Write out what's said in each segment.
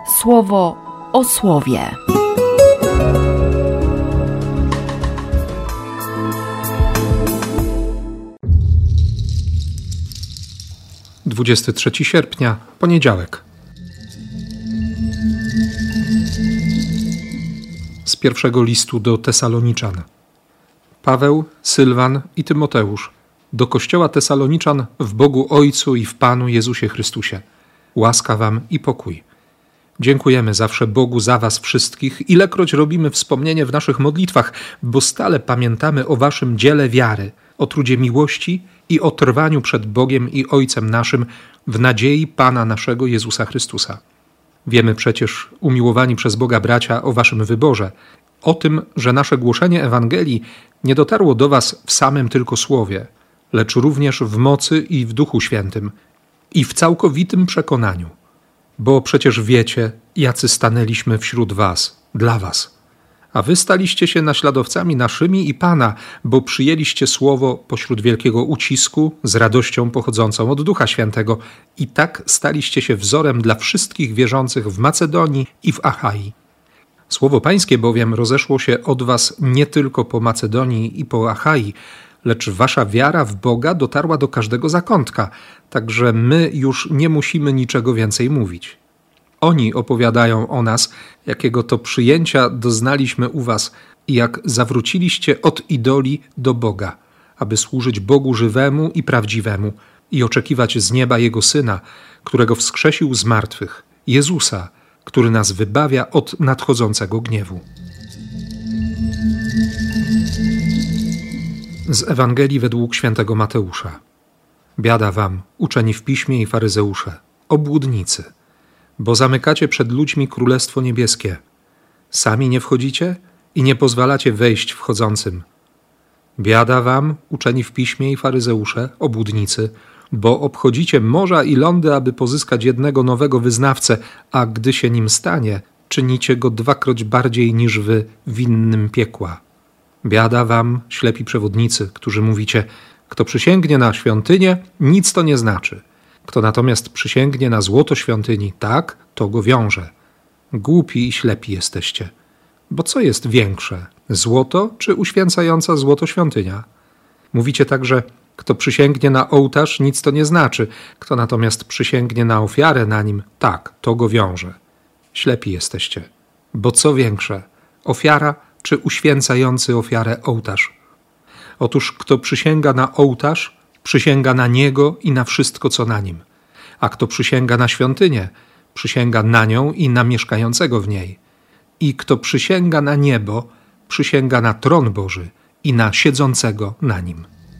Słowo o słowie. Dwudziesty 3 sierpnia, poniedziałek. Z pierwszego listu do Tesaloniczan. Paweł, Sylwan i Tymoteusz, do kościoła Tesaloniczan w Bogu Ojcu i w Panu Jezusie Chrystusie. Łaska wam i pokój. Dziękujemy zawsze Bogu za was wszystkich, ilekroć robimy wspomnienie w naszych modlitwach, bo stale pamiętamy o waszym dziele wiary, o trudzie miłości i o trwaniu przed Bogiem i Ojcem naszym w nadziei Pana naszego Jezusa Chrystusa. Wiemy przecież, umiłowani przez Boga bracia, o waszym wyborze, o tym, że nasze głoszenie Ewangelii nie dotarło do was w samym tylko słowie, lecz również w mocy i w Duchu Świętym i w całkowitym przekonaniu. Bo przecież wiecie, jacy stanęliśmy wśród was, dla was. A wy staliście się naśladowcami naszymi i Pana, bo przyjęliście słowo pośród wielkiego ucisku, z radością pochodzącą od Ducha Świętego i tak staliście się wzorem dla wszystkich wierzących w Macedonii i w Achai. Słowo Pańskie bowiem rozeszło się od was nie tylko po Macedonii i po Achai, lecz wasza wiara w Boga dotarła do każdego zakątka, także my już nie musimy niczego więcej mówić. Oni opowiadają o nas, jakiego to przyjęcia doznaliśmy u was i jak zawróciliście od idoli do Boga, aby służyć Bogu żywemu i prawdziwemu i oczekiwać z nieba Jego Syna, którego wskrzesił z martwych, Jezusa, który nas wybawia od nadchodzącego gniewu. Z Ewangelii według świętego Mateusza. Biada wam, uczeni w piśmie i faryzeusze, obłudnicy, bo zamykacie przed ludźmi Królestwo Niebieskie. Sami nie wchodzicie i nie pozwalacie wejść wchodzącym. Biada wam, uczeni w piśmie i faryzeusze, obłudnicy, bo obchodzicie morza i lądy, aby pozyskać jednego nowego wyznawcę, a gdy się nim stanie, czynicie go 2-kroć bardziej niż wy winnym piekła. Biada wam, ślepi przewodnicy, którzy mówicie, kto przysięgnie na świątynię, nic to nie znaczy. Kto natomiast przysięgnie na złoto świątyni, tak, to go wiąże. Głupi i ślepi jesteście. Bo co jest większe, złoto czy uświęcająca złoto świątynia? Mówicie także, kto przysięgnie na ołtarz, nic to nie znaczy. Kto natomiast przysięgnie na ofiarę na nim, tak, to go wiąże. Ślepi jesteście. Bo co większe, ofiara czy uświęcający ofiarę ołtarz? Otóż kto przysięga na ołtarz, przysięga na niego i na wszystko, co na nim. A kto przysięga na świątynię, przysięga na nią i na mieszkającego w niej. I kto przysięga na niebo, przysięga na tron Boży i na siedzącego na nim.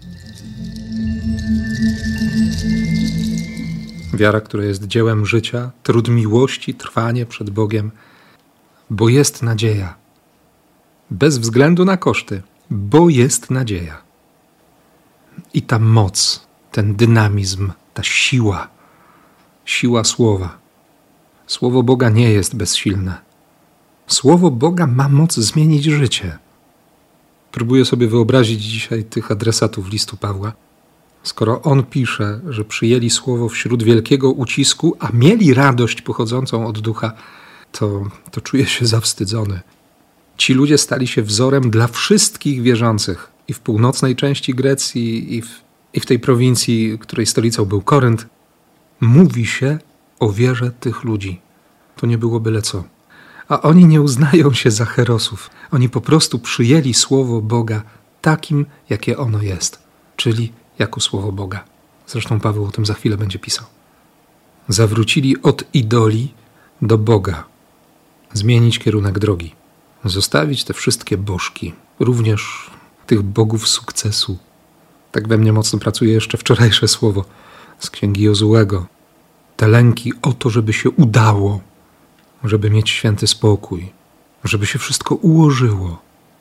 Wiara, która jest dziełem życia, trud miłości, trwanie przed Bogiem, bo jest nadzieja. Bez względu na koszty, bo jest nadzieja. I ta moc, ten dynamizm, ta siła słowa. Słowo Boga nie jest bezsilne. Słowo Boga ma moc zmienić życie. Próbuję sobie wyobrazić dzisiaj tych adresatów listu Pawła. Skoro on pisze, że przyjęli słowo wśród wielkiego ucisku, a mieli radość pochodzącą od Ducha, to czuję się zawstydzony. Ci ludzie stali się wzorem dla wszystkich wierzących i w północnej części Grecji, i w tej prowincji, której stolicą był Korynt. Mówi się o wierze tych ludzi. To nie było byle co. A oni nie uznają się za herosów. Oni po prostu przyjęli słowo Boga takim, jakie ono jest, czyli jako słowo Boga. Zresztą Paweł o tym za chwilę będzie pisał. Zawrócili od idoli do Boga. Zmienić kierunek drogi. Zostawić te wszystkie bożki, również tych bogów sukcesu. Tak we mnie mocno pracuje jeszcze wczorajsze słowo z księgi Jozułego. Te lęki o to, żeby się udało, żeby mieć święty spokój, żeby się wszystko ułożyło.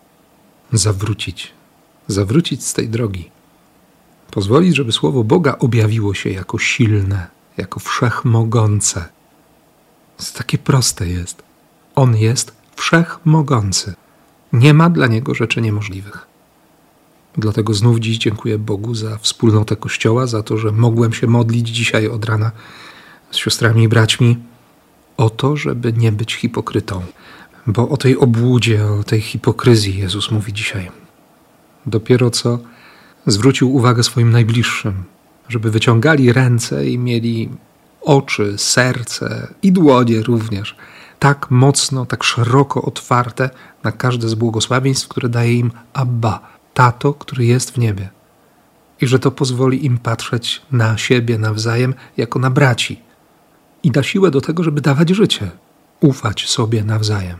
Zawrócić z tej drogi. Pozwolić, żeby słowo Boga objawiło się jako silne, jako wszechmogące. Takie proste jest. On jest wszechmogący. Nie ma dla Niego rzeczy niemożliwych. Dlatego znów dziś dziękuję Bogu za wspólnotę Kościoła, za to, że mogłem się modlić dzisiaj od rana z siostrami i braćmi o to, żeby nie być hipokrytą. Bo o tej obłudzie, o tej hipokryzji Jezus mówi dzisiaj. Dopiero co zwrócił uwagę swoim najbliższym, żeby wyciągali ręce i mieli oczy, serce i dłonie również tak mocno, tak szeroko otwarte na każde z błogosławieństw, które daje im Abba, Tato, który jest w niebie. I że to pozwoli im patrzeć na siebie nawzajem jako na braci. I da siłę do tego, żeby dawać życie, ufać sobie nawzajem.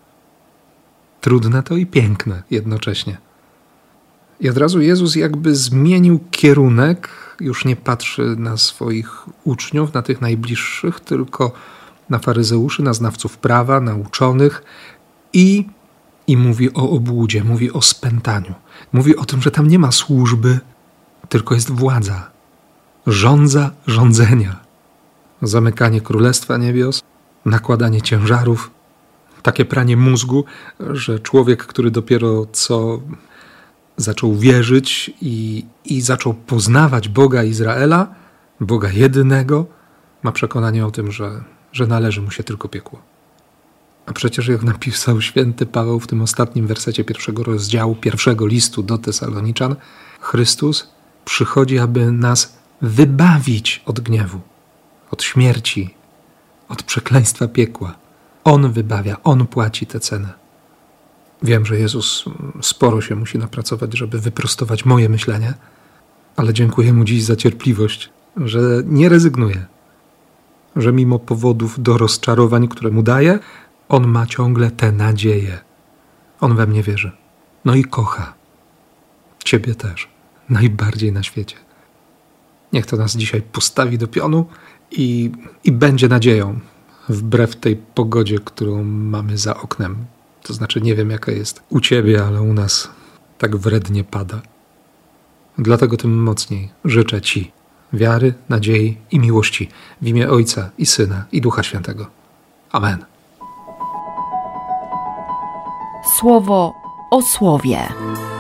Trudne to i piękne jednocześnie. I od razu Jezus jakby zmienił kierunek, już nie patrzy na swoich uczniów, na tych najbliższych, tylko na faryzeuszy, na znawców prawa, na uczonych i mówi o obłudzie, mówi o spętaniu. Mówi o tym, że tam nie ma służby, tylko jest władza. Rządza rządzenia. Zamykanie Królestwa Niebios, nakładanie ciężarów, takie pranie mózgu, że człowiek, który dopiero co zaczął wierzyć i zaczął poznawać Boga Izraela, Boga jedynego, ma przekonanie o tym, że należy mu się tylko piekło. A przecież jak napisał święty Paweł w tym ostatnim wersecie 1 rozdziału 1 listu do Tesaloniczan, Chrystus przychodzi, aby nas wybawić od gniewu, od śmierci, od przekleństwa piekła. On wybawia, On płaci tę cenę. Wiem, że Jezus sporo się musi napracować, żeby wyprostować moje myślenie, ale dziękuję Mu dziś za cierpliwość, że nie rezygnuje, że mimo powodów do rozczarowań, które Mu daje, On ma ciągle tę nadzieję. On we mnie wierzy. No i kocha. Ciebie też. Najbardziej na świecie. Niech to nas dzisiaj postawi do pionu i będzie nadzieją, wbrew tej pogodzie, którą mamy za oknem. To znaczy nie wiem, jaka jest u ciebie, ale u nas tak wrednie pada. Dlatego tym mocniej życzę ci wiary, nadziei i miłości w imię Ojca i Syna i Ducha Świętego. Amen. Słowo o słowie.